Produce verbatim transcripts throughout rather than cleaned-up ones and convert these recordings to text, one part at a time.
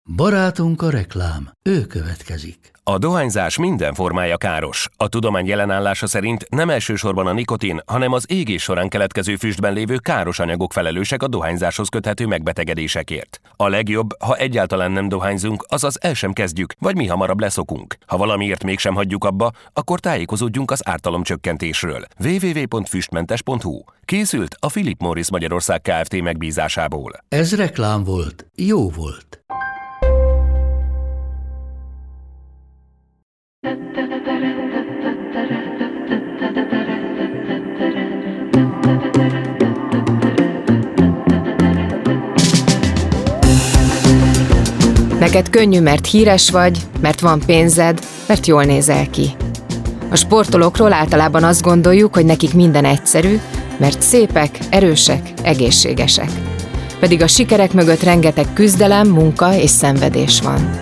Barátunk a reklám, ő következik. A dohányzás minden formája káros. A tudomány jelenállása szerint nem elsősorban a nikotin, hanem az égés során keletkező füstben lévő káros anyagok felelősek a dohányzáshoz köthető megbetegedésekért. A legjobb, ha egyáltalán nem dohányzunk, azaz el sem kezdjük, vagy mi hamarabb leszokunk. Ha valamiért mégsem hagyjuk abba, akkor tájékozódjunk az ártalomcsökkentésről. double-u double-u double-u pont füstmentes pont hu. Készült a Philip Morris Magyarország Kft. Megbízásából. Ez reklám volt, jó volt. Neked könnyű, mert híres vagy, mert van pénzed, mert jól nézel ki. A sportolókról általában azt gondoljuk, hogy nekik minden egyszerű, mert szépek, erősek, egészségesek. Pedig a sikerek mögött rengeteg küzdelem, munka és szenvedés van.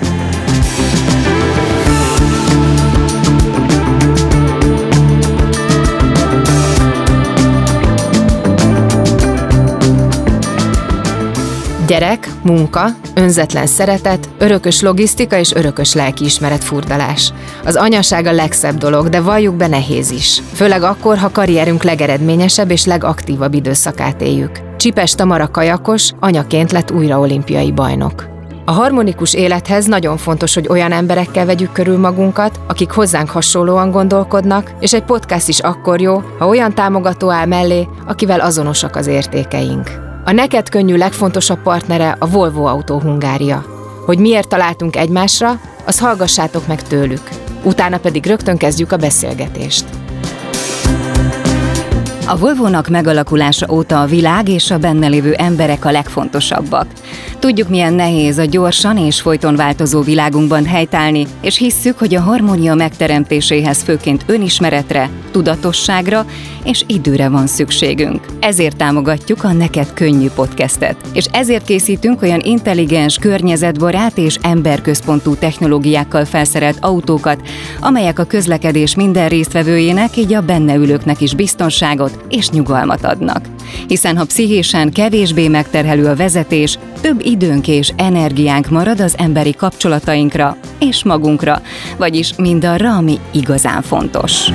Gyerek, munka, önzetlen szeretet, örökös logisztika és örökös lelkiismeret furdalás. Az anyaság a legszebb dolog, de valljuk be, nehéz is. Főleg akkor, ha karrierünk legeredményesebb és legaktívabb időszakát éljük. Csipes Tamara kajakos anyaként lett újra olimpiai bajnok. A harmonikus élethez nagyon fontos, hogy olyan emberekkel vegyük körül magunkat, akik hozzánk hasonlóan gondolkodnak, és egy podcast is akkor jó, ha olyan támogató áll mellé, akivel azonosak az értékeink. A Neked Könnyű legfontosabb partnere a Volvo Autó Hungária. Hogy miért találtunk egymásra, azt hallgassátok meg tőlük. Utána pedig rögtön kezdjük a beszélgetést. A Volvónak megalakulása óta a világ és a benne lévő emberek a legfontosabbak. Tudjuk, milyen nehéz a gyorsan és folyton változó világunkban helytállni, és hisszük, hogy a harmónia megteremtéséhez főként önismeretre, tudatosságra és időre van szükségünk. Ezért támogatjuk a Neked Könnyű podcastet, és ezért készítünk olyan intelligens, környezetbarát és emberközpontú technológiákkal felszerelt autókat, amelyek a közlekedés minden résztvevőjének, így a benne ülőknek is biztonságot és nyugalmat adnak. Hiszen ha pszichésen kevésbé megterhelő a vezetés, több időnk és energiánk marad az emberi kapcsolatainkra és magunkra, vagyis mindarra, ami igazán fontos.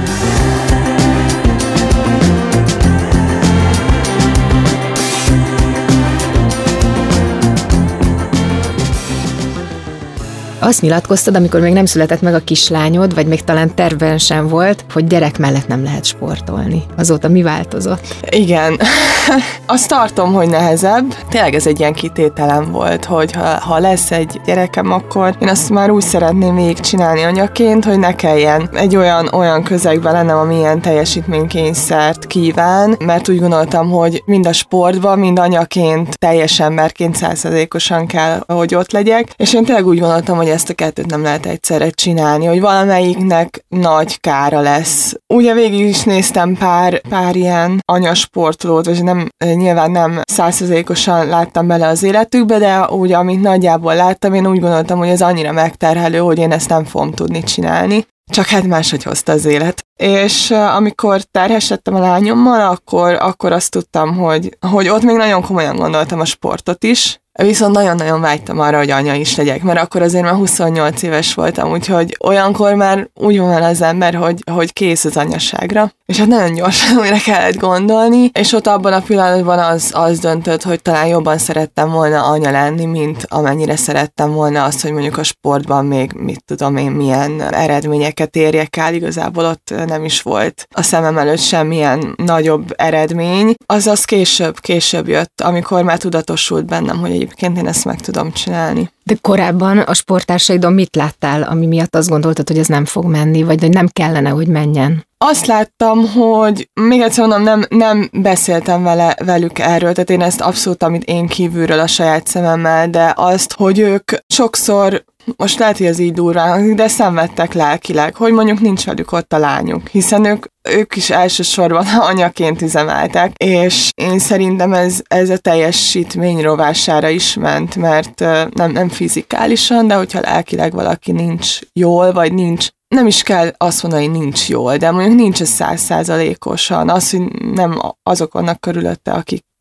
Azt nyilatkoztad, amikor még nem született meg a kislányod, vagy még talán tervben sem volt, hogy gyerek mellett nem lehet sportolni. Azóta mi változott? Igen. Azt tartom, hogy nehezebb. Tényleg ez egy ilyen kitételem volt, hogy ha, ha lesz egy gyerekem, akkor én azt már úgy szeretném végigcsinálni anyaként, hogy ne kelljen egy olyan, olyan közegben lennem, ami ilyen teljesítménykényszert kíván, mert úgy gondoltam, hogy mind a sportban, mind anyaként, teljes emberként százszerzalékosan kell, hogy ott legyek, és én tényleg úgy gondoltam, hogy ezt a kettőt nem lehet egyszerre csinálni, hogy valamelyiknek nagy kára lesz. Ugye végig is néztem pár, pár ilyen anyasportolót, vagy nem, nyilván nem százszerzalékosan láttam bele az életükbe, de úgy, amit nagyjából láttam, én úgy gondoltam, hogy ez annyira megterhelő, hogy én ezt nem fogom tudni csinálni. Csak hát máshogy hozta az élet. És uh, amikor terhes lettem a lányommal, akkor, akkor azt tudtam, hogy, hogy ott még nagyon komolyan gondoltam a sportot is, viszont nagyon-nagyon vágytam arra, hogy anya is legyek, mert akkor azért már huszonnyolc éves voltam, úgyhogy olyankor már úgy van az ember, hogy, hogy kész az anyaságra. És hát nagyon gyorsan újra kellett gondolni, és ott abban a pillanatban az, az döntött, hogy talán jobban szerettem volna anya lenni, mint amennyire szerettem volna azt, hogy mondjuk a sportban még, mit tudom én, milyen eredményeket érjek el, igazából ott nem is volt a szemem előtt semmilyen nagyobb eredmény. Az az később, később jött, amikor már tudatosult bennem, hogy egyébként én ezt meg tudom csinálni. De korábban a sporttársaidon mit láttál, ami miatt azt gondoltad, hogy ez nem fog menni, vagy hogy nem kellene, hogy menjen? Azt láttam, hogy még egyszer mondom, nem, nem beszéltem vele, velük erről, tehát én ezt abszolút, amit én kívülről a saját szememmel, de azt, hogy ők sokszor, most lehet, hogy ez így durván, de szenvedtek lelkileg, hogy mondjuk nincs velük ott a lányuk, hiszen ők, ők is elsősorban anyaként üzemeltek, és én szerintem ez, ez a teljesítmény rovására is ment, mert nem, nem fizikálisan, de hogyha lelkileg valaki nincs jól, vagy nincs, nem is kell azt mondani, hogy nincs jól, de mondjuk nincs ez száz százalékosan, az, hogy nem azok vannak körülötte, akik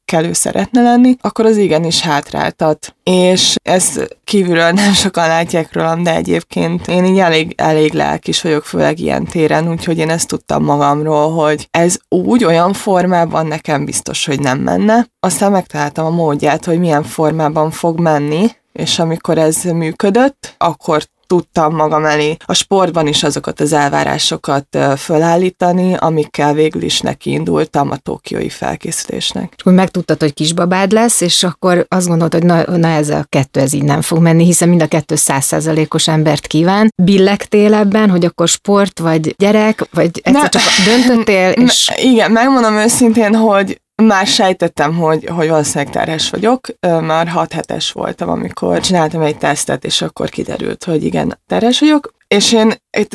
amikkel ő szeretne lenni, akkor az igenis hátráltat. És ezt kívülről nem sokan látják rólam, de egyébként én így elég, elég lelkis vagyok, főleg ilyen téren, úgyhogy én ezt tudtam magamról, hogy ez úgy, olyan formában nekem biztos, hogy nem menne. Aztán megtaláltam a módját, hogy milyen formában fog menni, és amikor ez működött, akkor tudtam magam elé a sportban is azokat az elvárásokat fölállítani, amikkel végül is nekiindultam a tokiói felkészülésnek. És akkor megtudtad, hogy kisbabád lesz, és akkor azt gondoltad, hogy na, na ez a kettő, ez így nem fog menni, hiszen mind a kettő száz százalékos embert kíván. Billegtél ebben, hogy akkor sport, vagy gyerek, vagy egyszer ne, csak döntöttél, és... Igen, megmondom őszintén, hogy már sejtettem, hogy, hogy valószínűleg terhes vagyok, már hat hetes voltam, amikor csináltam egy tesztet, és akkor kiderült, hogy igen, terhes vagyok, és én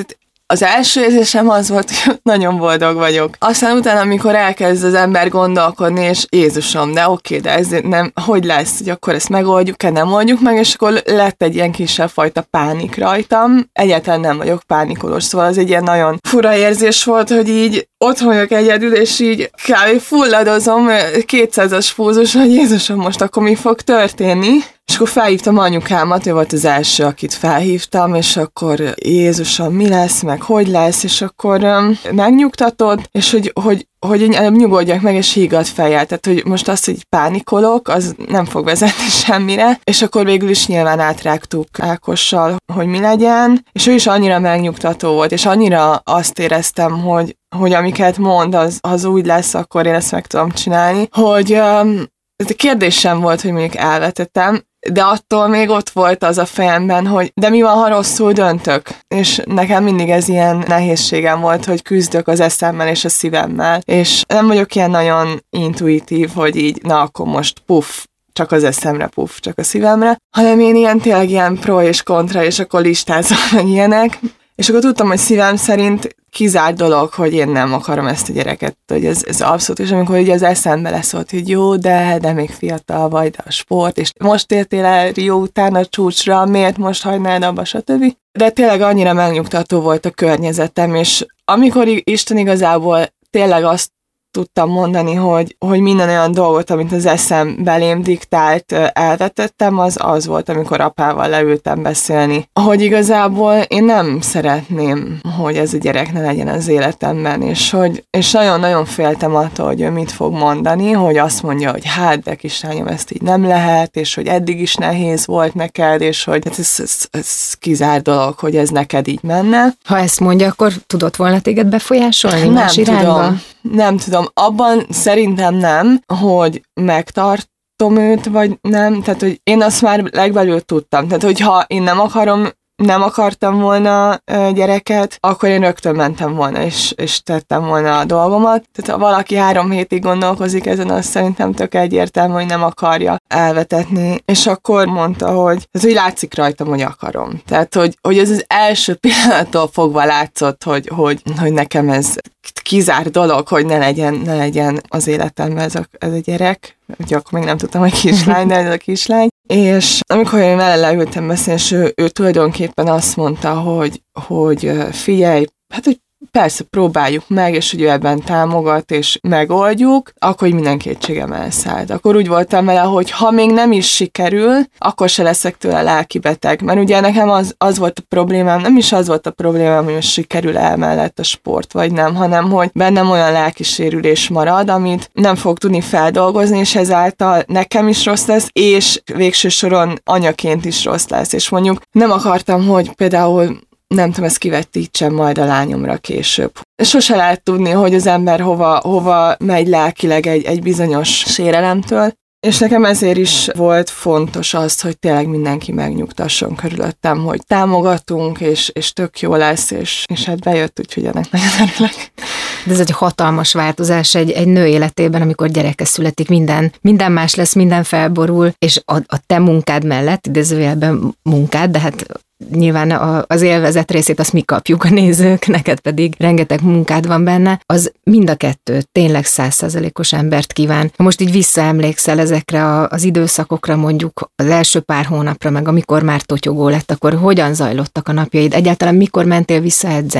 az első érzésem az volt, hogy nagyon boldog vagyok. Aztán utána, amikor elkezd az ember gondolkodni, és Jézusom, de oké, de ez nem, hogy lesz, hogy akkor ezt megoldjuk-e, nem oldjuk meg, és akkor lett egy ilyen kisebb fajta pánik rajtam. Egyáltalán nem vagyok pánikolós, szóval az egy ilyen nagyon fura érzés volt, hogy így ott vagyok egyedül, és így kb. Fulladozom, kétszázas pulzus, hogy Jézusom, most akkor mi fog történni? És akkor felhívtam anyukámat, ő volt az első, akit felhívtam, és akkor Jézusom, mi lesz, meg hogy lesz, és akkor um, megnyugtatod, és hogy, hogy, hogy én előbb nyugodjak meg, és hígat fejjel, tehát hogy most azt, hogy pánikolok, az nem fog vezetni semmire, és akkor végül is nyilván átrágtuk Ákossal, hogy mi legyen, és ő is annyira megnyugtató volt, és annyira azt éreztem, hogy, hogy amiket mond, az, az úgy lesz, akkor én ezt meg tudom csinálni, hogy um, ez a kérdés sem volt, hogy mondjuk elvetettem, de attól még ott volt az a fejemben, hogy de mi van, ha rosszul döntök? És nekem mindig ez ilyen nehézségem volt, hogy küzdök az eszemmel és a szívemmel, és nem vagyok ilyen nagyon intuitív, hogy így, na akkor most puff, csak az eszemre, puff, csak a szívemre, hanem én ilyen tényleg ilyen pro és kontra, és akkor listázom meg ilyenek, és akkor tudtam, hogy szívem szerint kizárt dolog, hogy én nem akarom ezt a gyereket, hogy ez, ez abszolút, és amikor ugye az eszembe leszolt, hogy jó, de, de még fiatal vagy, de a sport, és most értél el Rio után a csúcsra, miért most hagynád abba, stb. De tényleg annyira megnyugtató volt a környezetem, és amikor Isten igazából tényleg azt tudtam mondani, hogy, hogy minden olyan dolgot, amit az eszem belém diktált, elvetettem, az az volt, amikor apával leültem beszélni. Hogy igazából én nem szeretném, hogy ez a gyerek ne legyen az életemben, és hogy és nagyon-nagyon féltem attól, hogy ő mit fog mondani, hogy azt mondja, hogy hát, de kislányom, ezt így nem lehet, és hogy eddig is nehéz volt neked, és hogy hát ez, ez, ez kizárt dolog, hogy ez neked így menne. Ha ezt mondja, akkor tudott volna téged befolyásolni más irányba? Tudom. Nem tudom. Abban szerintem nem, hogy megtartom őt, vagy nem. Tehát, hogy én azt már legbelül tudtam. Tehát, hogyha én nem akarom, nem akartam volna gyereket, akkor én rögtön mentem volna, és, és tettem volna a dolgomat. Tehát, ha valaki három hétig gondolkozik ezen, az szerintem tök egyértelmű, hogy nem akarja elvetetni. És akkor mondta, hogy ez úgy látszik rajtam, hogy akarom. Tehát, hogy, hogy ez az első pillanattól fogva látszott, hogy, hogy, hogy nekem ez kizárt dolog, hogy ne legyen, ne legyen az életemben ez a, ez a gyerek. Ugye akkor még nem tudtam, hogy kislány, de ez a kislány. És amikor én vele leültem beszélni, és ő, ő tulajdonképpen azt mondta, hogy, hogy figyelj, hát hogy persze próbáljuk meg, és hogy ő ebben támogat, és megoldjuk, akkor minden kétségem elszállt. Akkor úgy voltam vele, hogy ha még nem is sikerül, akkor se leszek tőle lelkibeteg. Mert ugye nekem az, az volt a problémám, nem is az volt a problémám, hogy most sikerül el mellett a sport, vagy nem, hanem hogy bennem olyan lelkisérülés marad, amit nem fog tudni feldolgozni, és ezáltal nekem is rossz lesz, és végső soron anyaként is rossz lesz. És mondjuk nem akartam, hogy például nem tudom, ezt kivetítsem majd a lányomra később. Sose lehet tudni, hogy az ember hova, hova megy lelkileg egy, egy bizonyos sérelemtől, és nekem ezért is volt fontos az, hogy tényleg mindenki megnyugtasson körülöttem, hogy támogatunk, és, és tök jó lesz, és, és hát bejött, úgyhogy ennek nagyon örülök. De ez egy hatalmas változás egy, egy nő életében, amikor gyereke születik, minden, minden más lesz, minden felborul, és a, a te munkád mellett, idézőjelben munkád, de hát nyilván az élvezet részét azt mi kapjuk a nézők, neked pedig rengeteg munkád van benne, az mind a kettő tényleg száz százalékos embert kíván. Ha most így visszaemlékszel ezekre az időszakokra, mondjuk az első pár hónapra, meg amikor már totyogó lett, akkor hogyan zajlottak a napjaid? Egyáltalán mikor mentél vissza edzeni?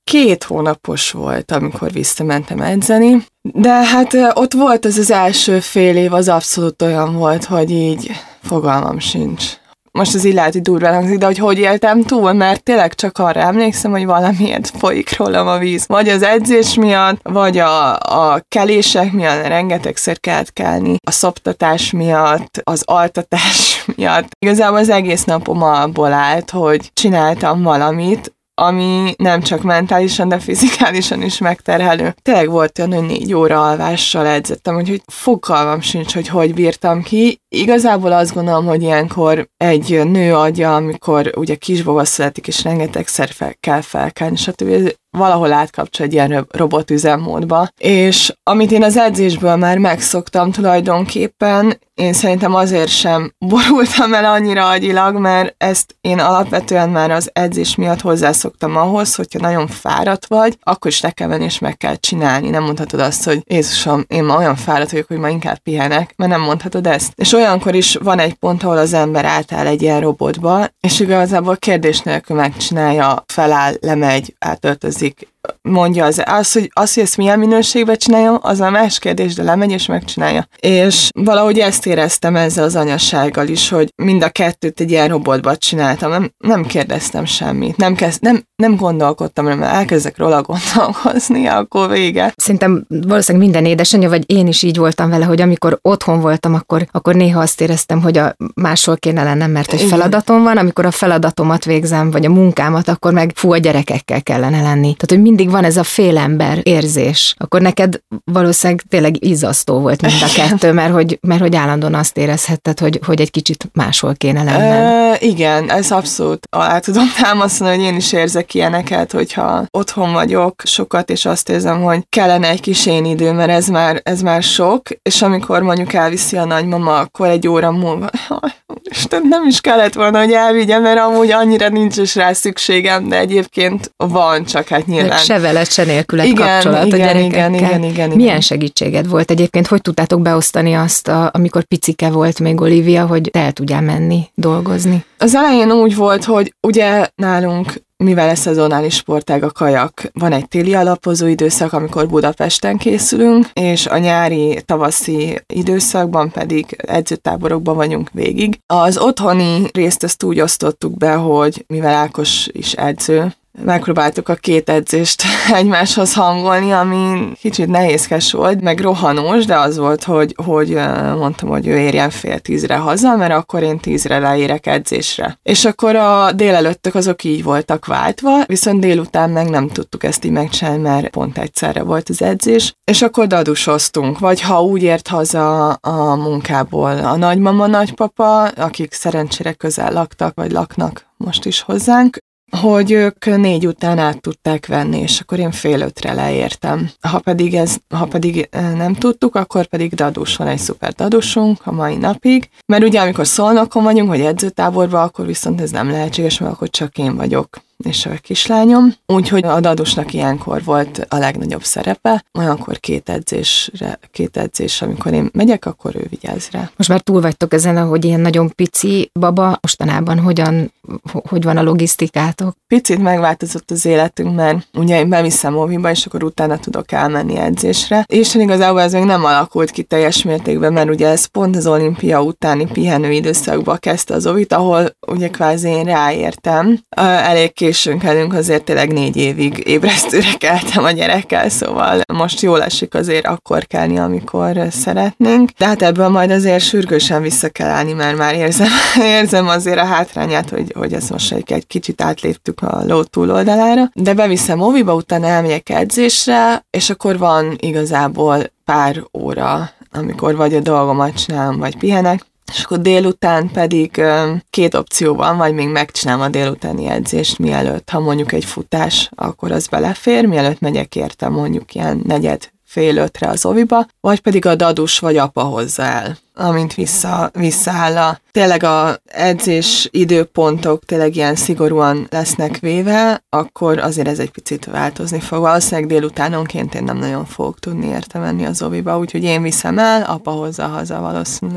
két hónapos volt, amikor visszamentem edzeni, de hát ott volt az az első fél év, az abszolút olyan volt, hogy így fogalmam sincs. Most ez így lehet, hogy durván hangzik, de hogy hogy éltem túl, mert tényleg csak arra emlékszem, hogy valamiért folyik rólam a víz. Vagy az edzés miatt, vagy a, a kelések miatt, rengetegszer kellett kelni, a szoptatás miatt, az altatás miatt. Igazából az egész napom abból állt, hogy csináltam valamit, ami nem csak mentálisan, de fizikálisan is megterhelő. Tényleg volt olyan, hogy négy óra alvással edzettem, úgyhogy fogalmam sincs, hogy hogy bírtam ki. Igazából azt gondolom, hogy ilyenkor egy nő adja, amikor ugye kisbaba születik, és rengetegszer fel kell felkelni, stb. Valahol átkapcsol egy ilyen robotüzemmódba. És amit én az edzésből már megszoktam tulajdonképpen, én szerintem azért sem borultam el annyira agyilag, mert ezt én alapvetően már az edzés miatt hozzászoktam ahhoz, hogyha nagyon fáradt vagy, akkor is le kell menni és meg kell csinálni. Nem mondhatod azt, hogy Jézusom, én ma olyan fáradt vagyok, hogy ma inkább pihenek, mert nem mondhatod ezt. És olyankor is van egy pont, ahol az ember átáll egy ilyen robotba, és igazából kérdés nélkül megcsinálja, feláll, lemegy, átöltözik, mondja az, az, hogy, az, hogy ezt milyen minőségben csináljam, az a más kérdés, de lemegy és megcsinálja. És valahogy ezt éreztem ezzel az anyassággal is, hogy mind a kettőt egy ilyen robotba csináltam, nem, nem kérdeztem semmit, nem, kezd, nem, nem gondolkodtam, mert elkezdek róla gondolkozni, akkor vége. Szerintem valószínűleg minden édesanyja, vagy én is így voltam vele, hogy amikor otthon voltam, akkor, akkor néha azt éreztem, hogy a máshol kéne lennem, mert egy feladatom van, amikor a feladatomat végzem, vagy a munkámat, akkor meg fú, a gyerekekkel kellene lenni. Tehát, hogy mindig van ez a félember érzés. Akkor neked valószínűleg tényleg izzasztó volt mind a kettő, mert hogy, mert hogy állandóan azt érezhetted, hogy, hogy egy kicsit máshol kéne lenned. E, igen, ez abszolút alá tudom támasztani, hogy én is érzek ilyeneket, hogyha otthon vagyok sokat, és azt érzem, hogy kellene egy kis én idő, mert ez már, ez már sok, és amikor mondjuk elviszi a nagymama, akkor egy óra múlva, Isten, nem is kellett volna, hogy elvigyem, mert amúgy annyira nincs is rá szükségem, de egyébként van, csak hát nyilván. Se veled, se nélküled igen, kapcsolat igen, a gyerekekkel. Igen, igen, igen, igen. Milyen segítséged volt egyébként? Hogy tudtátok beosztani azt, a, amikor picike volt még Olivia, hogy te el tudjál menni, dolgozni? Az elején úgy volt, hogy ugye nálunk, mivel ez szezonális sportág a kajak, van egy téli alapozó időszak, amikor Budapesten készülünk, és a nyári, tavaszi időszakban pedig edzőtáborokban vagyunk végig. Az otthoni részt ezt úgy osztottuk be, hogy mivel Ákos is edző, megpróbáltuk a két edzést egymáshoz hangolni, ami kicsit nehézkes volt, meg rohanós, de az volt, hogy, hogy mondtam, hogy ő érjen fél tízre haza, mert akkor én tízre leérek edzésre. És akkor a délelőttök azok így voltak váltva, viszont délután meg nem tudtuk ezt így megcsinálni, mert pont egyszerre volt az edzés, és akkor dadusoztunk, vagy ha úgy ért haza a munkából a nagymama, nagypapa, akik szerencsére közel laktak, vagy laknak most is hozzánk, hogy ők négy után át tudták venni, és akkor én fél ötre leértem. Ha pedig, ez, ha pedig nem tudtuk, akkor pedig dadus, van egy szuper dadusunk a mai napig, mert ugye amikor Szolnokon vagyunk, vagy edzőtáborban, akkor viszont ez nem lehetséges, mert akkor csak én vagyok és a kislányom. Úgyhogy a dadusnak ilyenkor volt a legnagyobb szerepe, olyankor két edzésre, két edzés, amikor én megyek, akkor ő vigyáz rá. Most már túl vagytok ezen, hogy ilyen nagyon pici baba, mostanában hogyan, hogy van a logisztikátok? Picit megváltozott az életünk, mert ugye én beviszem óviba, és akkor utána tudok elmenni edzésre. És igazából ez még nem alakult ki teljes mértékben, mert ugye ez pont az olimpia utáni pihenő időszakban kezdte az óvit, ahol ugye kvázi én ráértem. Elég későn kellünk, azért tényleg négy évig ébresztőre keltem a gyerekkel, szóval most jól esik azért akkor kelni, amikor szeretnénk. De hát ebből majd azért sürgősen vissza kell állni, mert már érzem, érzem azért a hátrányát, hogy, hogy ezt most egy, egy kicsit átléptük a ló túloldalára. De beviszem óviba, utána elmegyek edzésre, és akkor van igazából pár óra, amikor vagy a dolgomat csinálom, vagy pihenek. És akkor délután pedig két opció van, vagy még megcsinálom a délutáni edzést, mielőtt, ha mondjuk egy futás, akkor az belefér, mielőtt megyek érte mondjuk ilyen negyed, fél ötre az oviba, vagy pedig a dadus vagy apa hozza el, amint vissza, visszaáll a tényleg a edzés időpontok tényleg ilyen szigorúan lesznek véve, akkor azért ez egy picit változni fog. Valószínűleg délutánonként én nem nagyon fogok tudni érte menni az oviba, úgyhogy én viszem el, apa hozza haza valószínűleg.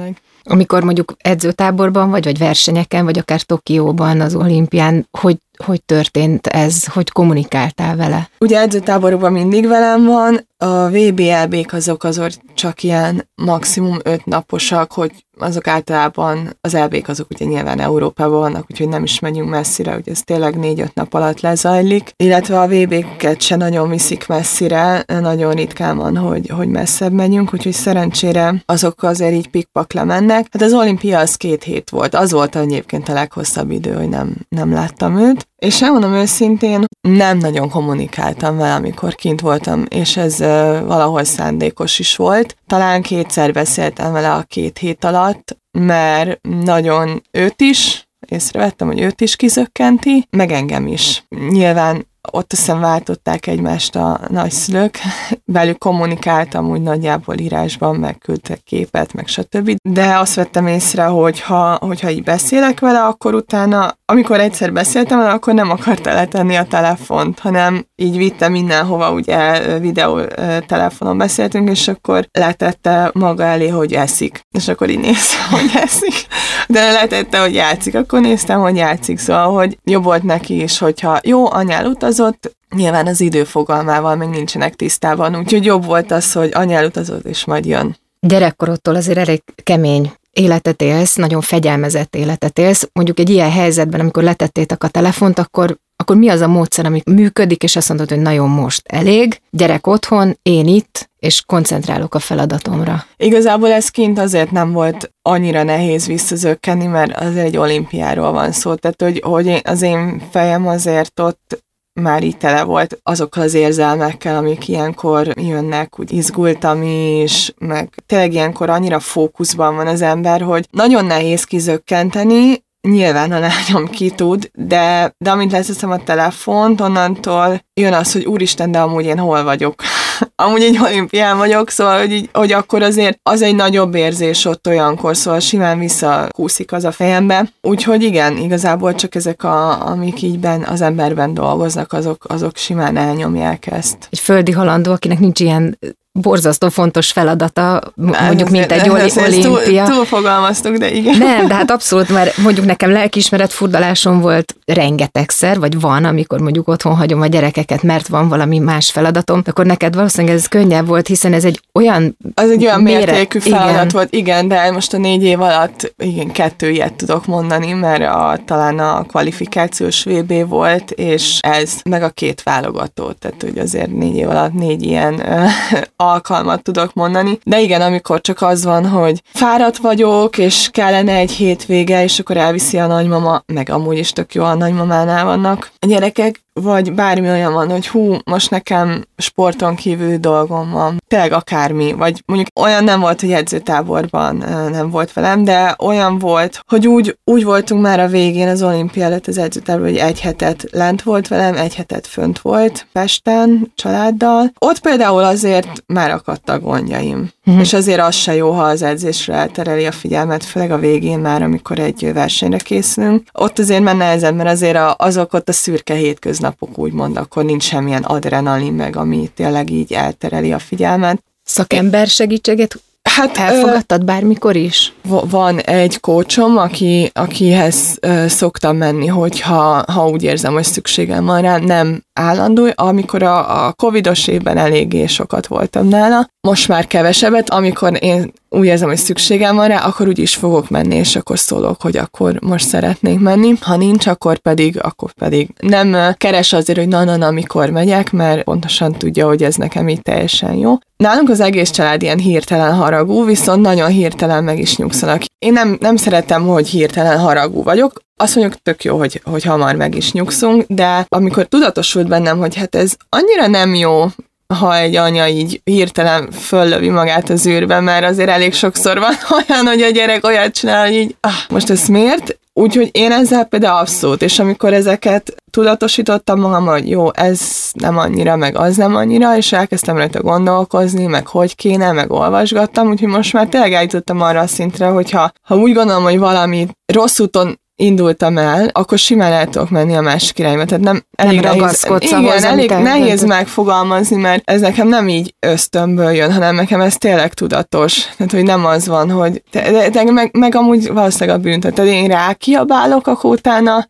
Amikor mondjuk edzőtáborban vagy, vagy versenyeken, vagy akár Tokióban, az olimpián, hogy hogy történt ez, hogy kommunikáltál vele? Ugye edzőtáborokban mindig velem van, a vé bé é bé-k azok azért csak ilyen maximum öt naposak, hogy azok általában, az é bé-k azok ugye nyilván Európában vannak, úgyhogy nem is megyünk messzire, hogy ez tényleg négy-öt nap alatt lezajlik, illetve a vé bé-ket se nagyon viszik messzire, nagyon ritkán van, hogy, hogy messzebb megyünk, úgyhogy szerencsére azok azért így pikpak lemennek. Hát az olimpia az két hét volt, az volt egyébként a leghosszabb idő, hogy nem, nem láttam őt. És elmondom őszintén, nem nagyon kommunikáltam vele, amikor kint voltam, és ez uh, valahol szándékos is volt. Talán kétszer beszéltem vele a két hét alatt, mert nagyon őt is, észrevettem, hogy őt is kizökkenti, meg engem is. Nyilván ott aztán váltották egymást a nagyszülők, velük kommunikáltam úgy nagyjából írásban, meg küldtek képet, meg stb. De azt vettem észre, hogy ha, hogyha így beszélek vele, akkor utána, amikor egyszer beszéltem vele, akkor nem akarta letenni a telefont, hanem így vitte mindenhova, ugye videó telefonon beszéltünk, és akkor letette maga elé, hogy eszik. És akkor így néztem, hogy eszik. De letette, hogy játszik, akkor néztem, hogy játszik. Szóval, hogy jobb volt neki is, hogyha jó, anyál utazott, nyilván az időfogalmával még nincsenek tisztában, úgyhogy jobb volt az, hogy anyál utazott, és majd jön. Gyerekkorodtól azért elég kemény életet élsz, nagyon fegyelmezett életet élsz. Mondjuk egy ilyen helyzetben, amikor letettétek a telefont, akkor, akkor mi az a módszer, ami működik, és azt mondod, hogy nagyon most elég, gyerek otthon, én itt, és koncentrálok a feladatomra. Igazából ez kint azért nem volt annyira nehéz visszazökkenni, mert azért egy olimpiáról van szó, tehát hogy, hogy az én fejem azért ott már így tele volt azokkal az érzelmekkel, amik ilyenkor jönnek, úgy izgultam is, meg tényleg ilyenkor annyira fókuszban van az ember, hogy nagyon nehéz kizökkenteni, nyilván a lányom ki tud, de, de amint leteszem a telefont, onnantól jön az, hogy úristen, de amúgy én hol vagyok. Amúgy egy olimpián vagyok, szóval, hogy, így, hogy akkor azért az egy nagyobb érzés ott olyankor, szóval simán visszakúszik az a fejembe. Úgyhogy igen, igazából csak ezek, a, amik így ben, az emberben dolgoznak, azok, azok simán elnyomják ezt. Egy földi halandó, akinek nincs ilyen borzasztó fontos feladata, mondjuk, mint egy oli- olimpia. Túl, túlfogalmaztuk, de igen. Nem, de hát abszolút, mert mondjuk nekem lelkiismeret furdalásom volt rengetegszer, vagy van, amikor mondjuk otthon hagyom a gyerekeket, mert van valami más feladatom, akkor neked valószínűleg ez könnyebb volt, hiszen ez egy olyan Az egy olyan méret, mértékű feladat igen. volt, igen, de most a négy év alatt igen, kettő ilyet tudok mondani, mert a, talán a kvalifikációs vé bé volt, és ez, meg a két válogató, tehát hogy azért négy év alatt négy ilyen alkalmat tudok mondani. De igen, amikor csak az van, hogy fáradt vagyok, és kellene egy hétvége, és akkor elviszi a nagymama, meg amúgy is tök jó, a nagymamánál vannak a gyerekek, vagy bármi olyan van, hogy hú, most nekem sporton kívül dolgom van, tényleg akármi, vagy mondjuk olyan nem volt, hogy edzőtáborban nem volt velem, de olyan volt, hogy úgy, úgy voltunk már a végén az olimpia előtt az edzőtáborban, hogy egy hetet lent volt velem, egy hetet fönt volt Pesten, családdal. Ott például azért már akadtak gondjaim. Mm-hmm. És azért az se jó, ha az edzésre eltereli a figyelmet, főleg a végén már, amikor egy versenyre készülünk. Ott azért már nehezebb, mert azért azok ott a szürke hétköznapok, úgymond, akkor nincs semmilyen adrenalin meg, ami tényleg így eltereli a figyelmet. Szakember segítséget hát, elfogadtad bármikor is? Van egy kócsom, aki, akihez uh, szoktam menni, hogyha ha úgy érzem, hogy szükségem van rá, nem állandó, amikor a, a covidos évben eléggé sokat voltam nála, most már kevesebbet, amikor én úgy érzem, hogy szükségem van rá, akkor úgy is fogok menni, és akkor szólok, hogy akkor most szeretnék menni. Ha nincs, akkor pedig, akkor pedig nem keres azért, hogy na-na-na, amikor megyek, mert pontosan tudja, hogy ez nekem így teljesen jó. Nálunk az egész család ilyen hirtelen haragú, viszont nagyon hirtelen meg is nyugszanak. Én nem, nem szeretem, hogy hirtelen haragú vagyok. Azt mondjuk tök jó, hogy, hogy hamar meg is nyugszunk, de amikor tudatosult bennem, hogy hát ez annyira nem jó, ha egy anya így hirtelen föllövi magát az űrbe, mert azért elég sokszor van olyan, hogy a gyerek olyat csinál, hogy így, ah, most ez miért? Úgyhogy én ezzel például abszolút, és amikor ezeket tudatosítottam magam, hogy jó, ez nem annyira, meg az nem annyira, és elkezdtem rajta gondolkozni, meg hogy kéne, meg olvasgattam, úgyhogy most már tényleg eljutottam arra a szintre, hogyha ha úgy gondolom, hogy valami rossz úton indultam el, akkor simán el tudok menni a másik irányba. Tehát nem elég nem nehéz, igen, ahhoz, elég nehéz megfogalmazni, mert ez nekem nem így ösztönből jön, hanem nekem ez tényleg tudatos. Tehát, hogy nem az van, hogy de, de, de meg, meg amúgy valószínűleg a bűntet. Tehát én rákiabálok, akkor utána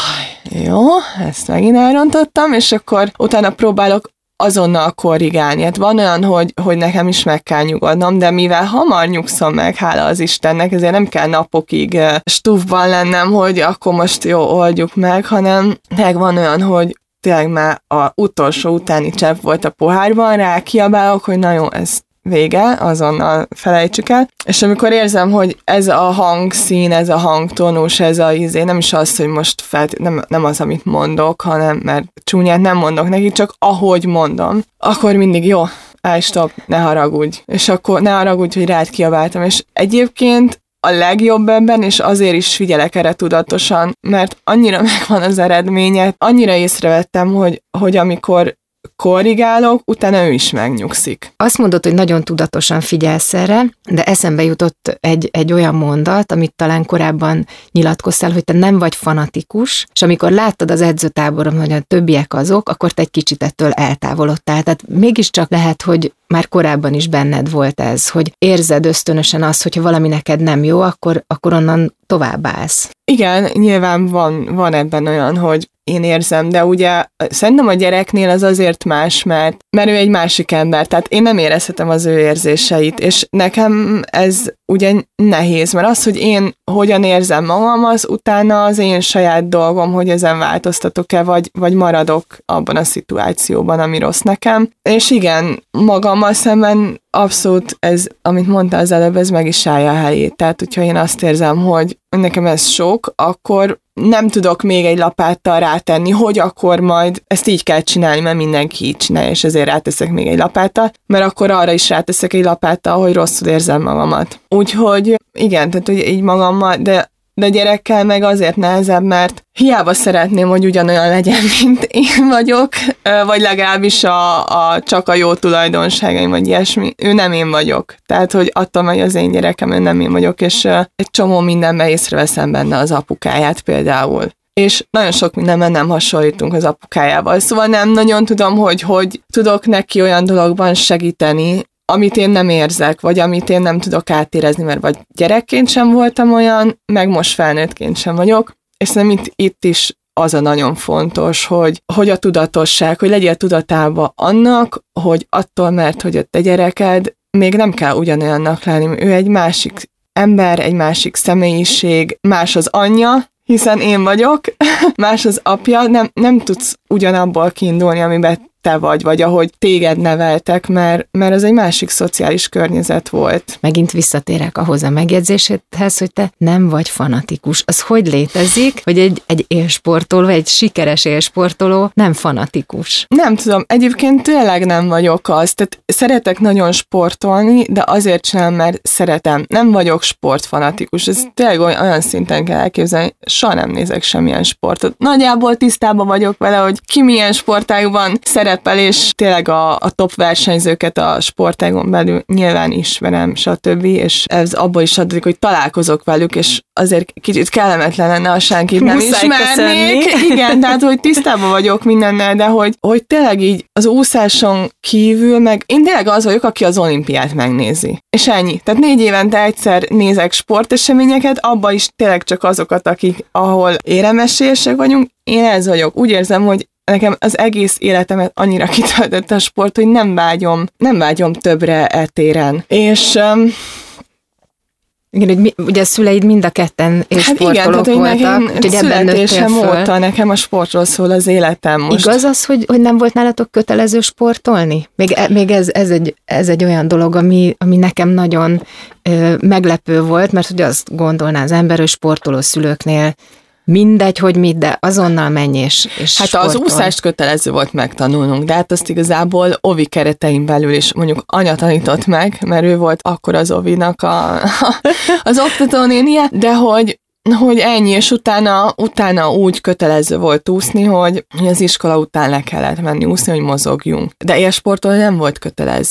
ah, jó, ezt megint elrontottam, és akkor utána próbálok azonnal korrigálni. Hát van olyan, hogy, hogy nekem is meg kell nyugodnom, de mivel hamar nyugszom meg, hála az Istennek, ezért nem kell napokig uh, stúfban lennem, hogy akkor most jó, oldjuk meg, hanem meg van olyan, hogy tényleg már az utolsó utáni csepp volt a pohárban, rá kiabálok, hogy na jó, ez vége, azonnal felejtsük el. És amikor érzem, hogy ez a hangszín, ez a hangtónus, ez a izé, nem is az, hogy most felt, nem, nem az, amit mondok, hanem mert csúnyát nem mondok neki, csak ahogy mondom, akkor mindig jó, állj, stop, ne haragudj. És akkor ne haragudj, hogy rád kiabáltam. És egyébként a legjobb ebben, és azért is figyelek erre tudatosan, mert annyira megvan az eredménye, annyira észrevettem, hogy, hogy amikor korrigálok, utána ő is megnyugszik. Azt mondod, hogy nagyon tudatosan figyelsz erre, de eszembe jutott egy, egy olyan mondat, amit talán korábban nyilatkoztál, hogy te nem vagy fanatikus, és amikor láttad az edzőtáboron, hogy a többiek azok, akkor te egy kicsit ettől eltávolodtál. Tehát mégiscsak lehet, hogy már korábban is benned volt ez, hogy érzed ösztönösen azt, hogyha valami neked nem jó, akkor, akkor onnan tovább állsz. Igen, nyilván van, van ebben olyan, hogy én érzem, de ugye szerintem a gyereknél az azért más, mert, mert ő egy másik ember, tehát én nem érezhetem az ő érzéseit, és nekem ez ugye nehéz, mert az, hogy én hogyan érzem magam, az utána az én saját dolgom, hogy ezen változtatok-e, vagy, vagy maradok abban a szituációban, ami rossz nekem. És igen, magammal szemben abszolút ez, amit mondtál az előbb, ez meg is állja a helyét. Tehát, hogyha én azt érzem, hogy nekem ez sok, akkor nem tudok még egy lapáttal rátenni, hogy akkor majd ezt így kell csinálni, mert mindenki így csinálja, és ezért ráteszek még egy lapáttal, mert akkor arra is ráteszek egy lapáttal, hogy rosszul érzem magamat. Úgyhogy igen, tehát hogy így magammal, de de gyerekkel meg azért nehezebb, mert hiába szeretném, hogy ugyanolyan legyen, mint én vagyok, vagy legalábbis a, a csak a jó tulajdonságaim, vagy ilyesmi. Ő nem én vagyok. Tehát, hogy attól megy az én gyerekem, ő nem én vagyok, és egy csomó mindenben észreveszem benne az apukáját például. És nagyon sok mindenben nem hasonlítunk az apukájával. Szóval nem nagyon tudom, hogy hogy tudok neki olyan dologban segíteni, amit én nem érzek, vagy amit én nem tudok átérezni, mert vagy gyerekként sem voltam olyan, meg most felnőttként sem vagyok, és szerintem itt, itt is az a nagyon fontos, hogy, hogy a tudatosság, hogy legyél tudatában annak, hogy attól, mert hogy a te gyereked, még nem kell ugyanolyannak lenni, ő egy másik ember, egy másik személyiség, más az anyja, hiszen én vagyok, más az apja, nem, nem tudsz ugyanabból kiindulni, amiben te vagy, vagy ahogy téged neveltek, mert, mert ez egy másik szociális környezet volt. Megint visszatérek ahhoz a megjegyzésedhez, hogy te nem vagy fanatikus. Az hogy létezik, hogy egy, egy élsportoló, egy sikeres élsportoló nem fanatikus? Nem tudom, egyébként tényleg nem vagyok az. Tehát szeretek nagyon sportolni, de azért sem, mert szeretem. Nem vagyok sportfanatikus. Ez tényleg olyan szinten kell elképzelni, soha nem nézek semmilyen sportot. Nagyjából tisztában vagyok vele, hogy ki milyen sportágban szerepel, és tényleg a, a top versenyzőket a sportágon belül nyilván ismerem, stb. És ez abból is adódik, hogy találkozok velük, és azért kicsit kellemetlen lenne, ha senkit nem ismernék. Igen, tehát, hogy tisztában vagyok mindennel, de hogy, hogy tényleg így az úszáson kívül, meg én tényleg az vagyok, aki az olimpiát megnézi. És ennyi. Tehát négy évente egyszer nézek sporteseményeket, abba is tényleg csak azokat, akik, ahol éremesélyesek vagyunk. Én ez vagyok. Úgy érzem, hogy nekem az egész életemet annyira kitöltött a sport, hogy nem vágyom, nem vágyom többre eltéren. És... Um, igen, hogy mi, ugye a szüleid mind a ketten és hát sportolók igen, voltak, nekem úgyhogy ebben nőttél föl. Óta nekem a sportról szól az életem most. Igaz az, hogy, hogy nem volt nálatok kötelező sportolni? Még, még ez, ez, egy, ez egy olyan dolog, ami, ami nekem nagyon ö, meglepő volt, mert ugye azt gondolná az ember, hogy sportoló szülőknél mindegy, hogy mit, de azonnal menj és, és Hát sportol. Az úszást kötelező volt megtanulnunk, de hát azt igazából ovi keretein belül is mondjuk anya tanított meg, mert ő volt akkor az ovinak a, az oktatónénie, de hogy hogy ennyi, és utána, utána úgy kötelező volt úszni, hogy az iskola után le kellett menni úszni, hogy mozogjunk. De élsportolni nem volt kötelező.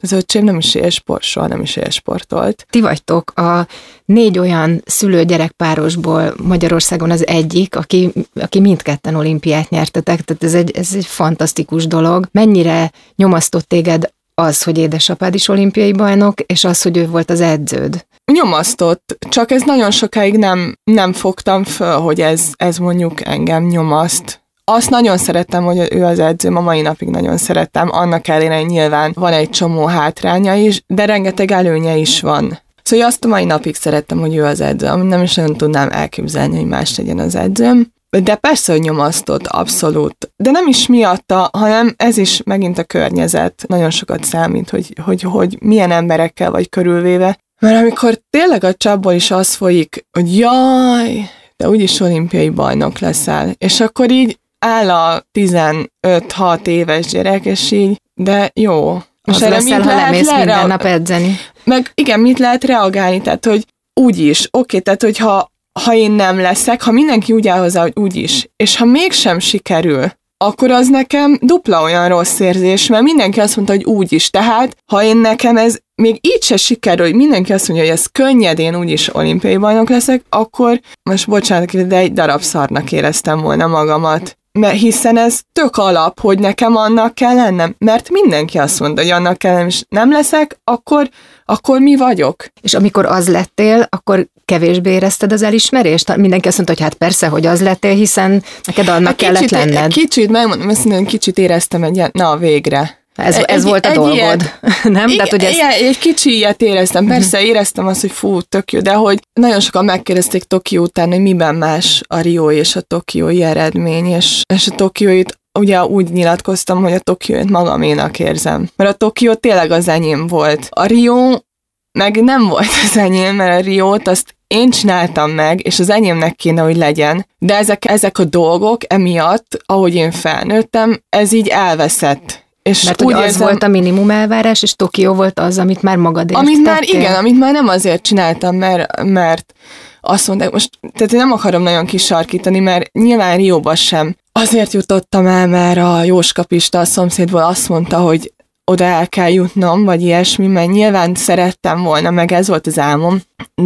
Az öcsém nem is élsport, soha nem is élsportolt. Ti vagytok a négy olyan szülő-gyerekpárosból Magyarországon az egyik, aki, aki mindketten olimpiát nyertetek, tehát ez egy, ez egy fantasztikus dolog. Mennyire nyomasztott téged az, hogy édesapád is olimpiai bajnok, és az, hogy ő volt az edződ? Nyomasztott, csak ez nagyon sokáig nem, nem fogtam föl, hogy ez, ez mondjuk engem nyomaszt. Azt nagyon szerettem, hogy ő az edzőm, a mai napig nagyon szerettem, annak ellenére, hogy nyilván van egy csomó hátránya is, de rengeteg előnye is van. Szóval azt a mai napig szerettem, hogy ő az edző, amit nem is nagyon tudnám elképzelni, hogy más legyen az edzőm. De persze, hogy nyomasztott, abszolút. De nem is miatta, hanem ez is megint a környezet nagyon sokat számít, hogy, hogy, hogy milyen emberekkel vagy körülvéve. Mert amikor tényleg a csapból is az folyik, hogy jaj, de úgyis olimpiai bajnok leszel, és akkor így áll a tizenöt-hat éves gyerek, és így, de jó. Az leszel, ha lemész minden rea- nap edzeni. Meg igen, mit lehet reagálni, tehát, hogy úgyis, oké, tehát, hogyha ha én nem leszek, ha mindenki úgy áll hozzá, hogy úgyis, és ha mégsem sikerül, akkor az nekem dupla olyan rossz érzés, mert mindenki azt mondta, hogy úgyis. Tehát, ha én nekem ez még így se sikerül, hogy mindenki azt mondja, hogy ez könnyedén úgyis olimpiai bajnok leszek, akkor most bocsánat, de egy darab szarnak éreztem volna magamat. Mert hiszen ez tök alap, hogy nekem annak kell lennem, mert mindenki azt mondta, hogy annak kell lennem, és nem leszek, akkor, akkor mi vagyok. És amikor az lettél, akkor kevésbé érezted az elismerést? Mindenki azt mondta, hogy hát persze, hogy az lettél, hiszen neked annak hát kellett kicsit, lenned. Kicsit, megmondom, azt mondom, kicsit éreztem egy ilyen, na végre. Ez, ez egy, volt a dolgod, ilyet, nem? Igen, Tehát, hogy ez... egy kicsi ilyet éreztem. Persze éreztem azt, hogy fú, tök jó, de hogy nagyon sokan megkérdezték Tokió után, hogy miben más a Rio és a tokiói eredmény, és, és a tokióit ugye úgy nyilatkoztam, hogy a Tokiót magaménak érzem. Mert a Tokió tényleg az enyém volt. A Rio meg nem volt az enyém, mert a Riót azt én csináltam meg, és az enyémnek kéne, hogy legyen. De ezek, ezek a dolgok emiatt, ahogy én felnőttem, ez így elveszett. És mert hogy az érzem, volt a minimum elvárás, és Tokió volt az, amit már magadért amit tettél. már igen, amit már nem azért csináltam, mert, mert azt mondták, most, tehát én nem akarom nagyon kisarkítani, mert nyilván Rióba sem. Azért jutottam el, mert a Jóska Pista, a szomszédból azt mondta, hogy oda el kell jutnom, vagy ilyesmi, mert nyilván szerettem volna, meg ez volt az álmom,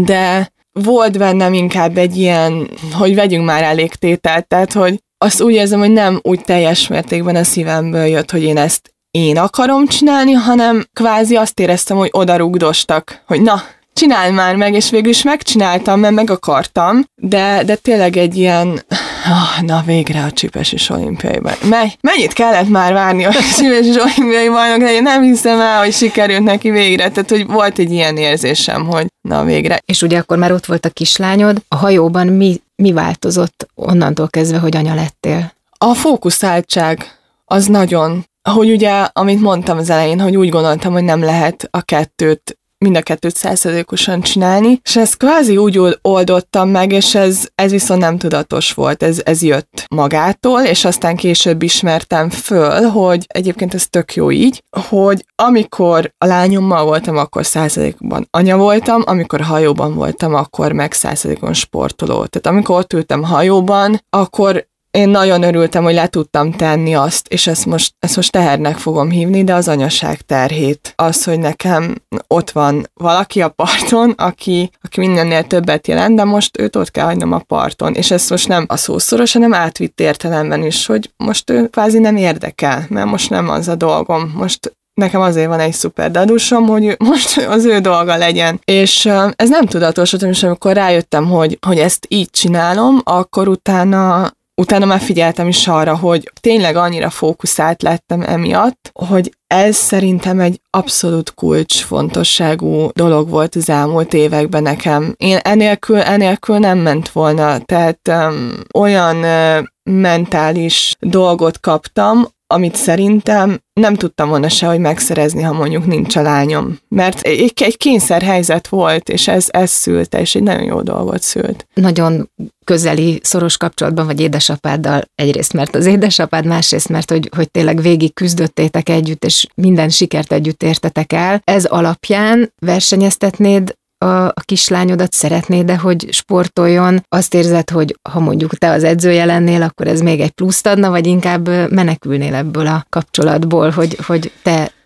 de volt bennem inkább egy ilyen, hogy vegyünk már elég tételt, tehát, hogy azt úgy érzem, hogy nem úgy teljes mértékben a szívemből jött, hogy én ezt én akarom csinálni, hanem kvázi azt éreztem, hogy oda rugdostak, hogy na, csináld már meg, és végül is megcsináltam, mert meg akartam, de, de tényleg egy ilyen, oh, na végre a Csipesis olimpiai bajnok. Mennyit kellett már várni a Csipesis olimpiai bajnok, de én nem hiszem el, hogy sikerült neki végre, tehát hogy volt egy ilyen érzésem, hogy na végre. És ugye akkor már ott volt a kislányod, a hajóban mi, mi változott onnantól kezdve, hogy anya lettél? A fókuszáltság az nagyon, hogy ugye, amit mondtam az elején, hogy úgy gondoltam, hogy nem lehet a kettőt mind a kettőt százszerzékosan csinálni, és ezt kvázi úgy oldottam meg, és ez, ez viszont nem tudatos volt, ez, ez jött magától, és aztán később ismertem föl, hogy egyébként ez tök jó így, hogy amikor a lányommal voltam, akkor százszerzékban anya voltam, amikor hajóban voltam, akkor meg százszerzékon sportoló. Tehát amikor ott ültem hajóban, akkor én nagyon örültem, hogy le tudtam tenni azt, és ezt most, ezt most tehernek fogom hívni, de az anyaság terhét. Az, hogy nekem ott van valaki a parton, aki, aki mindennél többet jelent, de most őt ott kell hagynom a parton. És ezt most nem a szószoros, hanem átvitt értelemben is, hogy most ő kvázi nem érdekel, mert most nem az a dolgom. Most nekem azért van egy szuper dadusom, hogy most az ő dolga legyen. És ez nem tudatos, és amikor rájöttem, hogy, hogy ezt így csinálom, akkor utána Utána már figyeltem is arra, hogy tényleg annyira fókuszált lettem emiatt, hogy ez szerintem egy abszolút kulcsfontosságú dolog volt az elmúlt években nekem. Én enélkül, enélkül nem ment volna, tehát um, olyan uh, mentális dolgot kaptam, amit szerintem nem tudtam volna sehogy megszerezni, ha mondjuk nincs a lányom. Mert egy, egy kényszerhelyzet volt, és ez, ez szülte, és egy nagyon jó dolgot szült. Nagyon közeli, szoros kapcsolatban vagy édesapáddal, egyrészt mert az édesapád, másrészt mert hogy, hogy tényleg végig küzdöttétek együtt, és minden sikert együtt értetek el. Ez alapján versenyeztetnéd a, a kislányodat, szeretnéd, de hogy sportoljon, azt érzed, hogy ha mondjuk te az edzője lennél, akkor ez még egy pluszt adna, vagy inkább menekülnél ebből a kapcsolatból, hogy, hogy te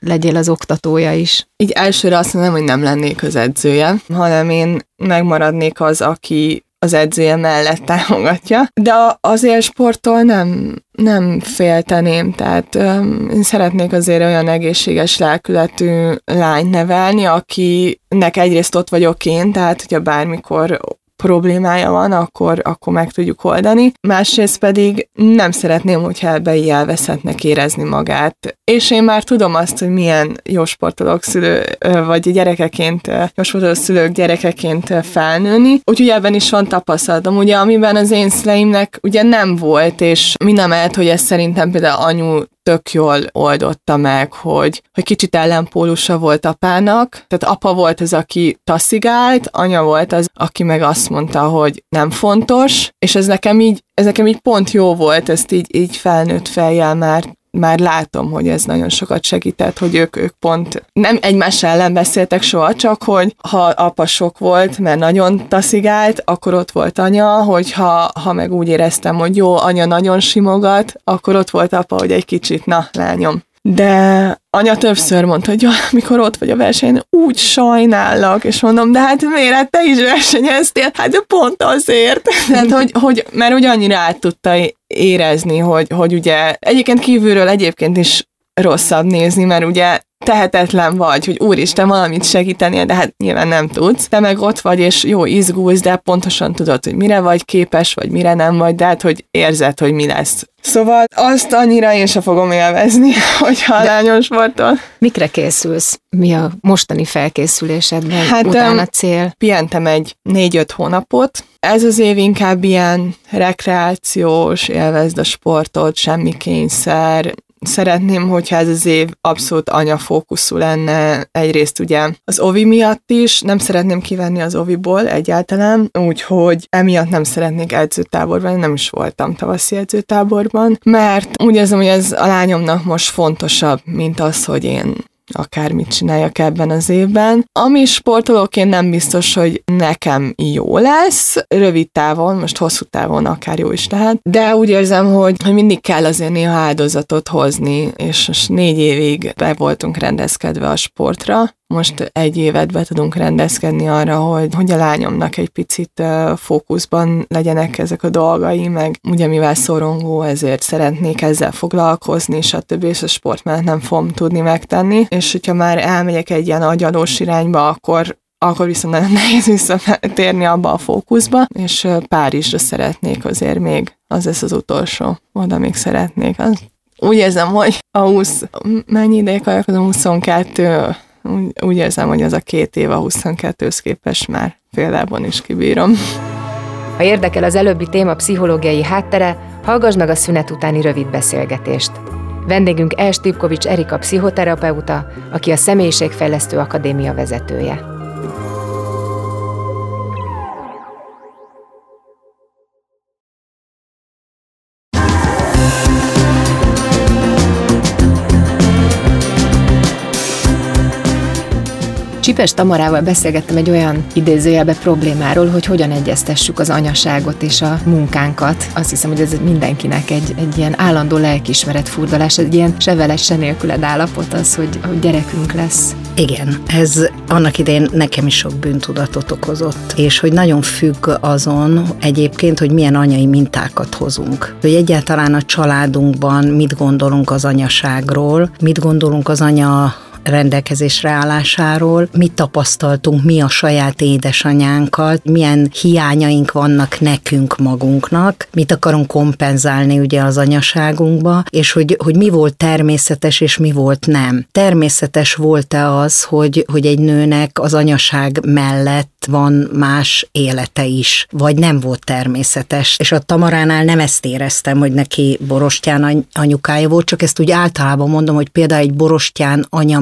legyél az oktatója is? Így elsőre azt mondom, hogy nem lennék az edzője, hanem én megmaradnék az, aki az edzője mellett támogatja, de azért sporttól nem, nem félteném, tehát öm, én szeretnék azért olyan egészséges lelkületű lányt nevelni, akinek egyrészt ott vagyok én, tehát hogyha bármikor problémája van, akkor, akkor meg tudjuk oldani. Másrészt pedig nem szeretném, hogyha ebbe így elveszettnek érezni magát. És én már tudom azt, hogy milyen jó sportolók szülő, vagy gyerekeként, jó sportolók szülők gyerekeként felnőni. Úgyhogy ebben is van tapasztalatom. Ugye, amiben az én szüleimnek ugye nem volt, és mindamellett, hogy ez szerintem például anyu tök jól oldotta meg, hogy, hogy kicsit ellenpólusa volt apának, tehát apa volt az, aki taszigált, anya volt az, aki meg azt mondta, hogy nem fontos, és ez nekem így, ez nekem így pont jó volt, ezt így, így felnőtt fejjel már már látom, hogy ez nagyon sokat segített, hogy ők, ők pont nem egymás ellen beszéltek soha, csak hogy ha apa sok volt, mert nagyon taszigált, akkor ott volt anya, hogyha ha meg úgy éreztem, hogy jó, anya nagyon simogat, akkor ott volt apa, hogy egy kicsit, na, lányom. De anya többször mondta, hogy amikor ott vagy a versenyen, úgy sajnállak, és mondom, de hát miért, hát te is versenyeztél? Hát de pont azért. Tehát, hogy, hogy, mert úgy annyira át tudta érezni, hogy, hogy ugye egyébként kívülről egyébként is rosszabb nézni, mert ugye tehetetlen vagy, hogy úristen, valamit segítenél, de hát nyilván nem tudsz. Te meg ott vagy, és jó, izgulsz, de pontosan tudod, hogy mire vagy képes, vagy mire nem vagy, de hát, hogy érzed, hogy mi lesz. Szóval azt annyira én sem fogom élvezni, hogyha a lányos sporttól. Mikre készülsz? Mi a mostani felkészülésedben? Hát, utána cél? Pihentem egy négy-öt hónapot. Ez az év inkább ilyen rekreációs, élvezd a sportot, semmi kényszer. Szeretném, hogyha ez az év abszolút anyafókuszú lenne, egyrészt ugye az ovi miatt is, nem szeretném kivenni az oviból egyáltalán, úgyhogy emiatt nem szeretnék edzőtáborban, nem is voltam tavaszi edzőtáborban, mert úgy érzem, hogy ez a lányomnak most fontosabb, mint az, hogy én akármit csináljak ebben az évben. Ami sportolóként nem biztos, hogy nekem jó lesz, rövid távon, most hosszú távon akár jó is lehet, de úgy érzem, hogy, hogy mindig kell azért néha áldozatot hozni, és most négy évig be voltunk rendezkedve a sportra, most egy évet be tudunk rendezkedni arra, hogy, hogy a lányomnak egy picit uh, fókuszban legyenek ezek a dolgai, meg ugye mivel szorongó, ezért szeretnék ezzel foglalkozni, stb. És a sport mellett nem fogom tudni megtenni, és hogyha már elmegyek egy ilyen agyalós irányba, akkor akkor viszont nagyon nehéz visszatérni abba a fókuszba, és uh, Párizsra szeretnék azért még, az lesz az utolsó, oda még szeretnék. Az, úgy érzem, hogy a húsz, mennyi ideig kajakozom, huszonkettő, Úgy, úgy érzem, hogy az a két év a huszonkettőhöz képest már félállban is kibírom. Ha érdekel az előbbi téma pszichológiai háttere, hallgass meg a szünet utáni rövid beszélgetést. Vendégünk E. Stipkovics Erika pszichoterapeuta, aki a Személyiségfejlesztő Akadémia vezetője. Csipes Tamarával beszélgettem egy olyan idézőjelbe problémáról, hogy hogyan egyeztessük az anyaságot és a munkánkat. Azt hiszem, hogy ez mindenkinek egy, egy ilyen állandó lelkiismeret furdalás, egy ilyen se veled, se nélküled állapot az, hogy, hogy gyerekünk lesz. Igen, ez annak idején nekem is sok bűntudatot okozott, és hogy nagyon függ azon egyébként, hogy milyen anyai mintákat hozunk. Hogy egyáltalán a családunkban mit gondolunk az anyaságról, mit gondolunk az anya rendelkezésre állásáról, mit tapasztaltunk mi a saját édesanyánkat, milyen hiányaink vannak nekünk magunknak, mit akarunk kompenzálni ugye az anyaságunkba, és hogy, hogy mi volt természetes, és mi volt nem. Természetes volt-e az, hogy, hogy egy nőnek az anyaság mellett van más élete is, vagy nem volt természetes. És a Tamaránál nem ezt éreztem, hogy neki borostyán anyukája volt, csak ezt úgy általában mondom, hogy például egy borostyán anya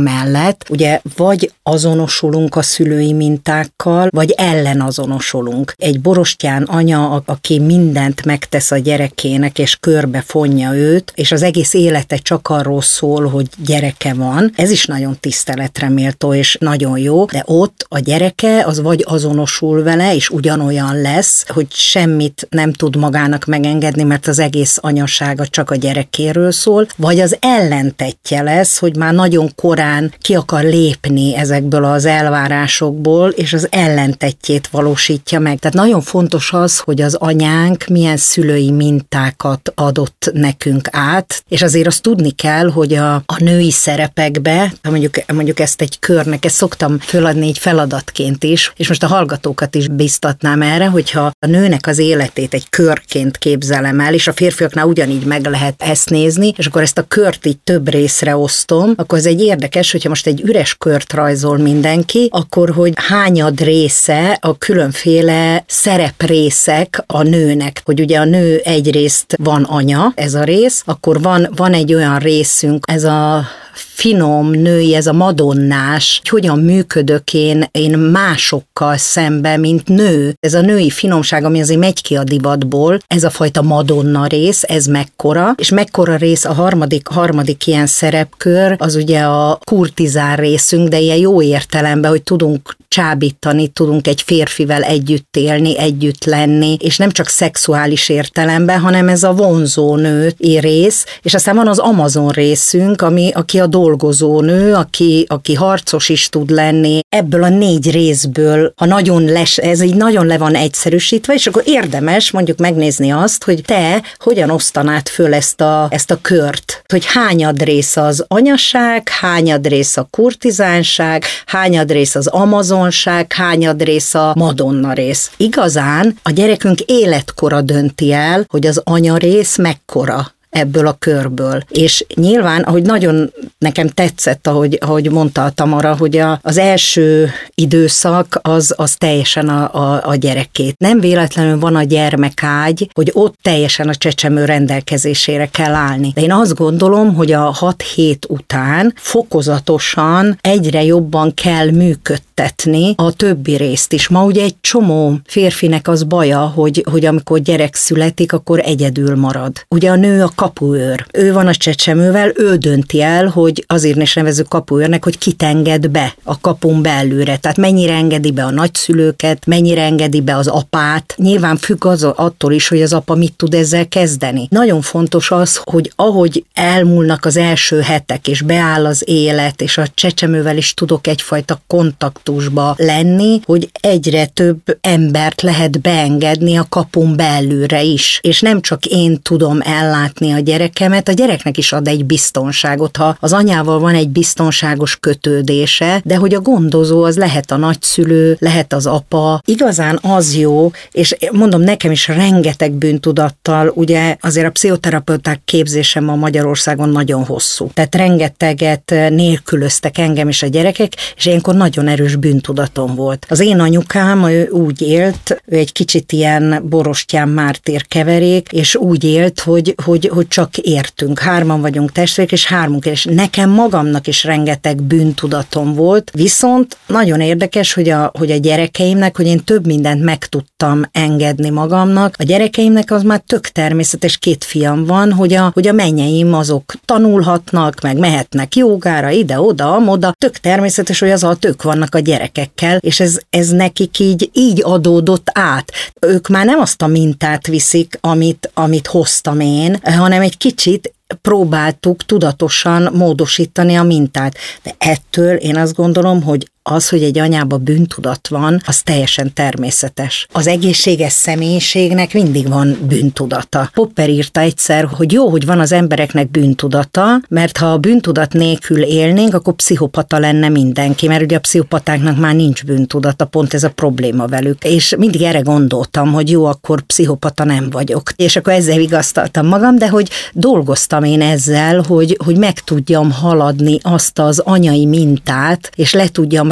mellett, ugye vagy azonosulunk a szülői mintákkal, vagy ellenazonosulunk. Egy borostyán anya, aki mindent megtesz a gyerekének, és körbe fonja őt, és az egész élete csak arról szól, hogy gyereke van, ez is nagyon tiszteletre méltó, és nagyon jó, de ott a gyereke az vagy azonosul vele, és ugyanolyan lesz, hogy semmit nem tud magának megengedni, mert az egész anyasága csak a gyerekéről szól, vagy az ellentettje lesz, hogy már nagyon korán ki akar lépni ezekből az elvárásokból, és az ellentettjét valósítja meg. Tehát nagyon fontos az, hogy az anyánk milyen szülői mintákat adott nekünk át, és azért azt tudni kell, hogy a, a női szerepekbe, mondjuk, mondjuk ezt egy körnek, ezt szoktam föladni egy feladatként is, és most a hallgatókat is biztatnám erre, hogyha a nőnek az életét egy körként képzelem el, és a férfiaknál ugyanígy meg lehet ezt nézni, és akkor ezt a kört így több részre osztom, akkor ez egy érdekes, hogyha most egy üres kört rajzol mindenki, akkor hogy hányad része a különféle szereprészek a nőnek, hogy ugye a nő egyrészt van anya, ez a rész, akkor van, van egy olyan részünk, ez a finom női, ez a madonnás, hogy hogyan működök én, én másokkal szemben, mint nő. Ez a női finomság, ami azért megy ki a divatból, ez a fajta madonna rész, ez mekkora, és mekkora rész a harmadik, harmadik ilyen szerepkör, az ugye a kurtizán részünk, de ilyen jó értelemben, hogy tudunk csábítani, tudunk egy férfivel együtt élni, együtt lenni, és nem csak szexuális értelemben, hanem ez a vonzó nő rész, és aztán van az Amazon részünk, ami, aki a dolgozó nő, aki, aki harcos is tud lenni. Ebből a négy részből, ha nagyon les, ez így nagyon le van egyszerűsítve, és akkor érdemes mondjuk megnézni azt, hogy te hogyan osztanád föl ezt a, ezt a kört, hogy hányad rész az anyaság, hányad rész a kurtizánság, hányad rész az amazonság, hányad rész a madonna rész. Igazán a gyerekünk életkora dönti el, hogy az anya rész mekkora ebből a körből. És nyilván, ahogy nagyon nekem tetszett, ahogy, ahogy mondta a Tamara, hogy a, az első időszak az, az teljesen a, a, a gyerekét. Nem véletlenül van a gyermekágy, hogy ott teljesen a csecsemő rendelkezésére kell állni. De én azt gondolom, hogy a hat hét után fokozatosan egyre jobban kell működtetni a többi részt is. Ma ugye egy csomó férfinek az baja, hogy, hogy amikor gyerek születik, akkor egyedül marad. Ugye a nő a kapuőr. Ő van a csecsemővel, ő dönti el, hogy azért is nevezzük kapuőrnek, hogy kit enged be a kapun belülre. Tehát mennyire engedi be a nagyszülőket, mennyire engedi be az apát. Nyilván függ az attól is, hogy az apa mit tud ezzel kezdeni. Nagyon fontos az, hogy ahogy elmúlnak az első hetek, és beáll az élet, és a csecsemővel is tudok egyfajta kontaktusba lenni, hogy egyre több embert lehet beengedni a kapun belülre is. És nem csak én tudom ellátni a gyerekemet, a gyereknek is ad egy biztonságot, ha az anyával van egy biztonságos kötődése, de hogy a gondozó az lehet a nagyszülő, lehet az apa, igazán az jó, és mondom, nekem is rengeteg bűntudattal, ugye azért a pszichoterapeuták képzése ma Magyarországon nagyon hosszú. Tehát rengeteget nélkülöztek engem is a gyerekek, és ilyenkor nagyon erős bűntudatom volt. Az én anyukám, ő úgy élt, ő egy kicsit ilyen borostyán mártír keverék, és úgy élt, hogy, hogy, hogy csak értünk. Hárman vagyunk testvérek, és hármunk, és nekem magamnak is rengeteg bűntudatom volt, viszont nagyon érdekes, hogy a, hogy a gyerekeimnek, hogy én több mindent meg tudtam engedni magamnak. A gyerekeimnek az már tök természetes, két fiam van, hogy a, hogy a mennyeim azok tanulhatnak, meg mehetnek jogára, ide-oda, amoda. Tök természetes, hogy az alatt ők vannak a gyerekekkel, és ez, ez nekik így, így adódott át. Ők már nem azt a mintát viszik, amit, amit hoztam én, hanem egy kicsit próbáltuk tudatosan módosítani a mintát. De ettől én azt gondolom, hogy az, hogy egy anyában bűntudat van, az teljesen természetes. Az egészséges személyiségnek mindig van bűntudata. Popper írta egyszer, hogy jó, hogy van az embereknek bűntudata, mert ha a bűntudat nélkül élnénk, akkor pszichopata lenne mindenki, mert ugye a pszichopatáknak már nincs bűntudata, pont ez a probléma velük. És mindig erre gondoltam, hogy jó, akkor pszichopata nem vagyok. És akkor ezzel vigasztaltam magam, de hogy dolgoztam én ezzel, hogy, hogy meg tudjam haladni azt az anyai mintát, és le tudjam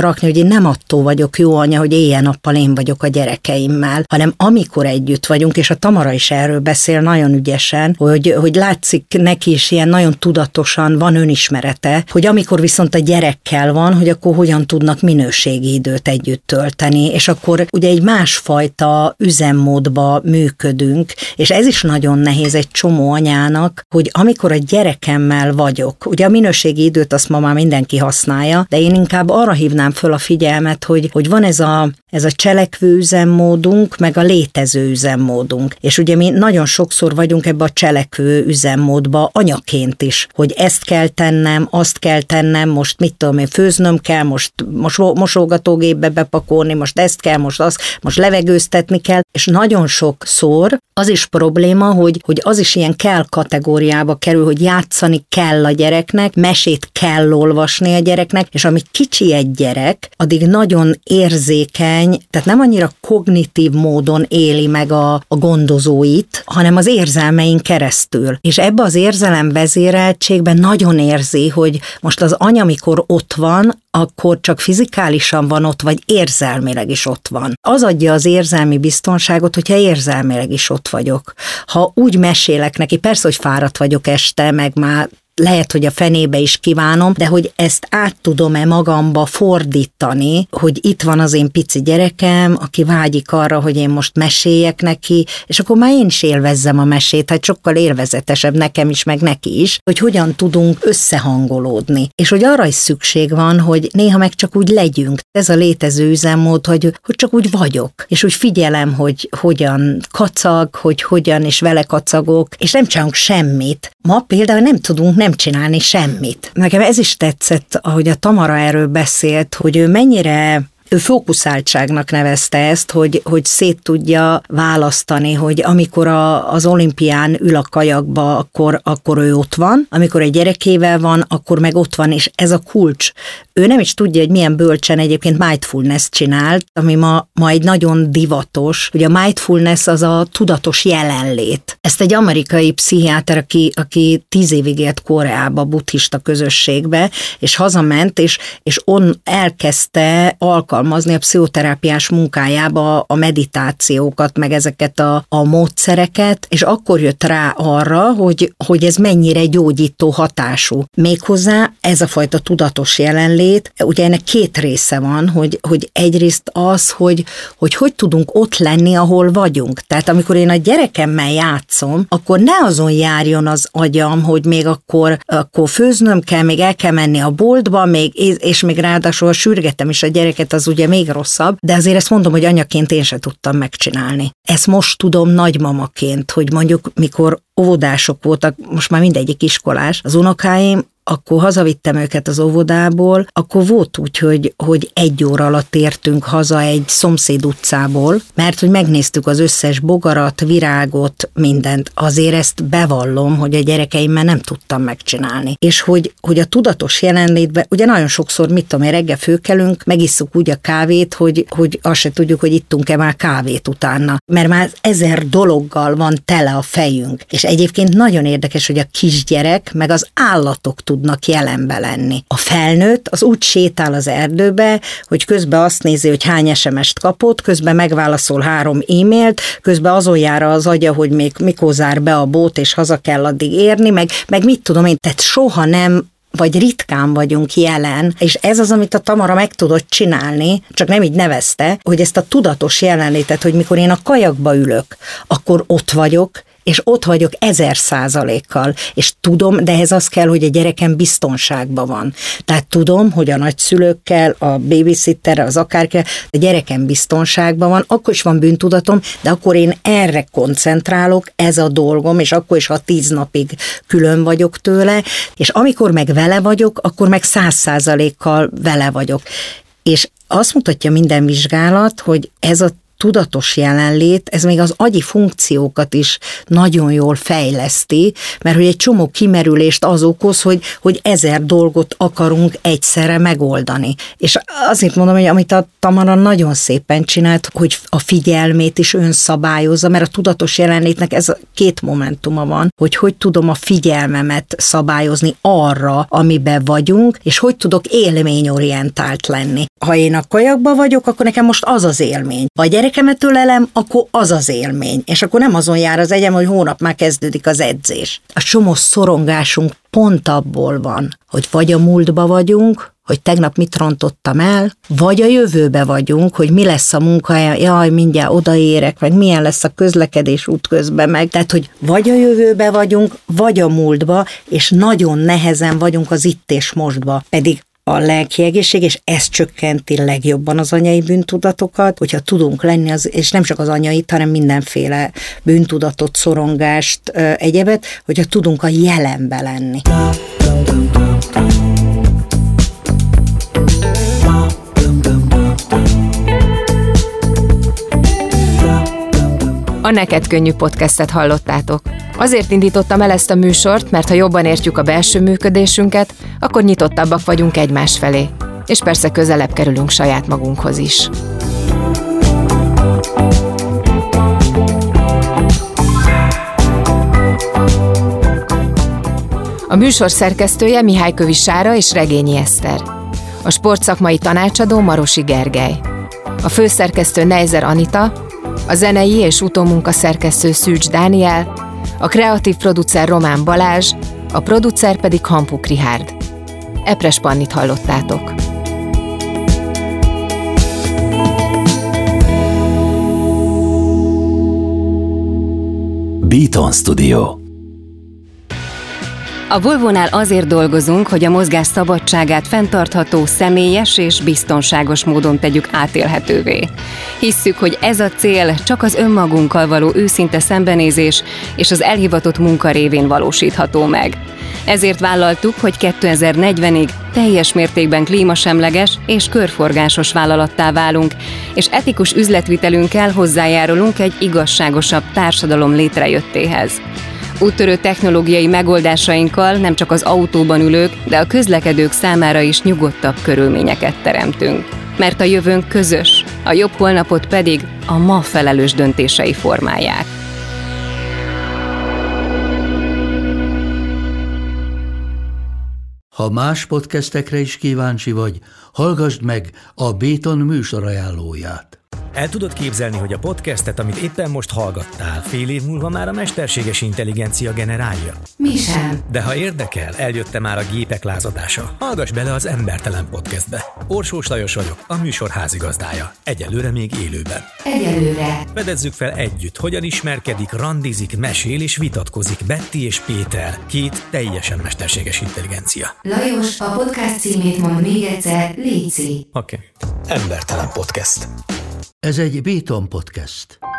rakni, hogy én nem attól vagyok jó anya, hogy éjjel-nappal én vagyok a gyerekeimmel, hanem amikor együtt vagyunk, és a Tamara is erről beszél nagyon ügyesen, hogy, hogy látszik neki is ilyen nagyon tudatosan van önismerete, hogy amikor viszont a gyerekkel van, hogy akkor hogyan tudnak minőségi időt együtt tölteni, és akkor ugye egy másfajta üzemmódba működünk, és ez is nagyon nehéz egy csomó anyának, hogy amikor a gyerekemmel vagyok, ugye a minőségi időt azt ma már mindenki használja, de én inkább arra hívnám föl a figyelmet, hogy, hogy van ez a, ez a cselekvő üzemmódunk, meg a létező üzemmódunk. És ugye mi nagyon sokszor vagyunk ebbe a cselekvő üzemmódba anyaként is, hogy ezt kell tennem, azt kell tennem, most mit tudom én, főznöm kell, most, most mosogatógépbe bepakolni, most ezt kell, most azt, most levegőztetni kell, és nagyon sokszor az is probléma, hogy, hogy az is ilyen kell kategóriába kerül, hogy játszani kell a gyereknek, mesét kell olvasni a gyereknek, és amíg kicsi egy gyerek, addig nagyon érzékeny, tehát nem annyira kognitív módon éli meg a, a gondozóit, hanem az érzelmein keresztül. És ebbe az érzelemvezéreltségben nagyon érzi, hogy most az anya, amikor ott van, akkor csak fizikálisan van ott, vagy érzelmileg is ott van. Az adja az érzelmi biztonságot, hogyha érzelmileg is ott vagyok. Ha úgy mesélek neki, persze, hogy fáradt vagyok este, meg már lehet, hogy a fenébe is kívánom, de hogy ezt át tudom-e magamba fordítani, hogy itt van az én pici gyerekem, aki vágyik arra, hogy én most meséljek neki, és akkor már én is élvezzem a mesét, hát sokkal élvezetesebb nekem is, meg neki is, hogy hogyan tudunk összehangolódni. És hogy arra is szükség van, hogy néha meg csak úgy legyünk. Ez a létező üzemmód, hogy, hogy csak úgy vagyok, és úgy figyelem, hogy hogyan kacag, hogy hogyan és vele kacagok, és nem csinálunk semmit. Ma például nem tudunk nem csinálni semmit. Nekem ez is tetszett, ahogy a Tamara erről beszélt, hogy ő mennyire ő fókuszáltságnak nevezte ezt, hogy, hogy szét tudja választani, hogy amikor a, az olimpián ül a kajakba, akkor, akkor ő ott van, amikor egy gyerekével van, akkor meg ott van, és ez a kulcs. Ő nem is tudja, hogy milyen bölcsen egyébként mindfulness-t csinált, ami ma, ma egy nagyon divatos, hogy a mindfulness az a tudatos jelenlét. Ezt egy amerikai pszichiáter, aki, aki tíz évig élt Koreába, buddhista közösségbe, és hazament, és, és on elkezdte alkalmazni a pszichoterápiás munkájába a meditációkat, meg ezeket a, a módszereket, és akkor jött rá arra, hogy, hogy ez mennyire gyógyító hatású. Méghozzá ez a fajta tudatos jelenlét, ugye ennek két része van, hogy, hogy egyrészt az, hogy, hogy hogy tudunk ott lenni, ahol vagyunk. Tehát amikor én a gyerekemmel játszom, akkor ne azon járjon az agyam, hogy még akkor, akkor főznöm kell, még el kell menni a boltba, még, és még ráadásul sürgetem is a gyereket, az ugye még rosszabb, de azért ezt mondom, hogy anyaként én se tudtam megcsinálni. Ezt most tudom nagymamaként, hogy mondjuk mikor óvodások voltak, most már mindegyik iskolás, az unokáim, akkor hazavittem őket az óvodából, akkor volt úgy, hogy, hogy egy óra alatt értünk haza egy szomszéd utcából, mert hogy megnéztük az összes bogarat, virágot, mindent. Azért ezt bevallom, hogy a gyerekeimmel nem tudtam megcsinálni. És hogy, hogy a tudatos jelenlétben, ugye nagyon sokszor, mit tudom én, reggel fölkelünk, megisszuk úgy a kávét, hogy, hogy azt se tudjuk, hogy ittunk-e már kávét utána. Mert már ezer dologgal van tele a fejünk. És egyébként nagyon érdekes, hogy a kisgyerek, meg az állatok tudnak jelenbe lenni. A felnőtt az úgy sétál az erdőbe, hogy közben azt nézi, hogy hány es em est kapott, közben megválaszol három e-mailt, közben azon jár az agya, hogy még mikor zár be a bót, és haza kell addig érni, meg, meg mit tudom én, tehát soha nem vagy ritkán vagyunk jelen, és ez az, amit a Tamara meg tudott csinálni, csak nem így nevezte, hogy ezt a tudatos jelenlétet, hogy mikor én a kajakba ülök, akkor ott vagyok, és ott vagyok ezer százalékkal, és tudom, de ehhez az kell, hogy a gyerekem biztonságban van. Tehát tudom, hogy a nagyszülőkkel, a babysitterrel, az akárkel, a gyerekem biztonságban van, akkor is van bűntudatom, de akkor én erre koncentrálok, ez a dolgom, és akkor is, ha tíz napig külön vagyok tőle, és amikor meg vele vagyok, akkor meg száz százalékkal vele vagyok. És azt mutatja minden vizsgálat, hogy ez a tudatos jelenlét, ez még az agyi funkciókat is nagyon jól fejleszti, mert hogy egy csomó kimerülést az okoz, hogy, hogy ezer dolgot akarunk egyszerre megoldani. És azért mondom, hogy amit a Tamara nagyon szépen csinált, hogy a figyelmét is önszabályozza, mert a tudatos jelenlétnek ez a két momentuma van, hogy hogy tudom a figyelmemet szabályozni arra, amiben vagyunk, és hogy tudok élményorientált lenni. Ha én a kajakban vagyok, akkor nekem most az az élmény. Ha a gyerekemet ölelem, akkor az az élmény. És akkor nem azon jár az egyem, hogy hónap már kezdődik az edzés. A csomó szorongásunk pont abból van, hogy vagy a múltba vagyunk, hogy tegnap mit rontottam el, vagy a jövőbe vagyunk, hogy mi lesz a munkahelyen, jaj, mindjárt odaérek, meg milyen lesz a közlekedés útközben meg. Tehát, hogy vagy a jövőbe vagyunk, vagy a múltba, és nagyon nehezen vagyunk az itt és mostba. Pedig a lelki egészség, és ez csökkenti legjobban az anyai bűntudatokat, hogyha tudunk lenni, az, és nem csak az anyait, hanem mindenféle bűntudatot, szorongást, egyebet, hogyha tudunk a jelenbe lenni. A Neked Könnyű podcastet hallottátok. Azért indítottam el ezt a műsort, mert ha jobban értjük a belső működésünket, akkor nyitottabbak vagyunk egymás felé. És persze közelebb kerülünk saját magunkhoz is. A műsor szerkesztője Mihály Kövi Sára és Regényi Eszter. A sportszakmai tanácsadó Marosi Gergely. A főszerkesztő Neizer Anita, a zenei és utómunka szerkesztő Szűcs Dániel, a kreatív producer Román Balázs, a producer pedig Hampuk Rihárd. Epres Pannit hallottátok. Beaton Studio. A Volvónál azért dolgozunk, hogy a mozgás szabadságát fenntartható, személyes és biztonságos módon tegyük átélhetővé. Hisszük, hogy ez a cél csak az önmagunkkal való őszinte szembenézés és az elhivatott munka révén valósítható meg. Ezért vállaltuk, hogy kétezer-negyvenig teljes mértékben klímasemleges és körforgásos vállalattá válunk, és etikus üzletvitelünkkel hozzájárulunk egy igazságosabb társadalom létrejöttéhez. Úttörő technológiai megoldásainkkal nem csak az autóban ülők, de a közlekedők számára is nyugodtabb körülményeket teremtünk. Mert a jövőnk közös, a jobb holnapot pedig a ma felelős döntései formálják. Ha más podcastekre is kíváncsi vagy, hallgassd meg a Beaton műsorajánlóját. El tudod képzelni, hogy a podcastet, amit éppen most hallgattál, fél év múlva már a mesterséges intelligencia generálja? Mi sem. De ha érdekel, eljött már a gépek lázadása. Hallgass bele az Embertelen podcastbe. Orsós Lajos vagyok, a műsor házigazdája. Egyelőre még élőben. Egyelőre. Fedezzük fel együtt, hogyan ismerkedik, randizik, mesél és vitatkozik Betty és Péter, két teljesen mesterséges intelligencia. Lajos, a podcast címét mond még egyszer, léci. Oké. Okay. Embertelen podcast. Ez egy Beaton podcast.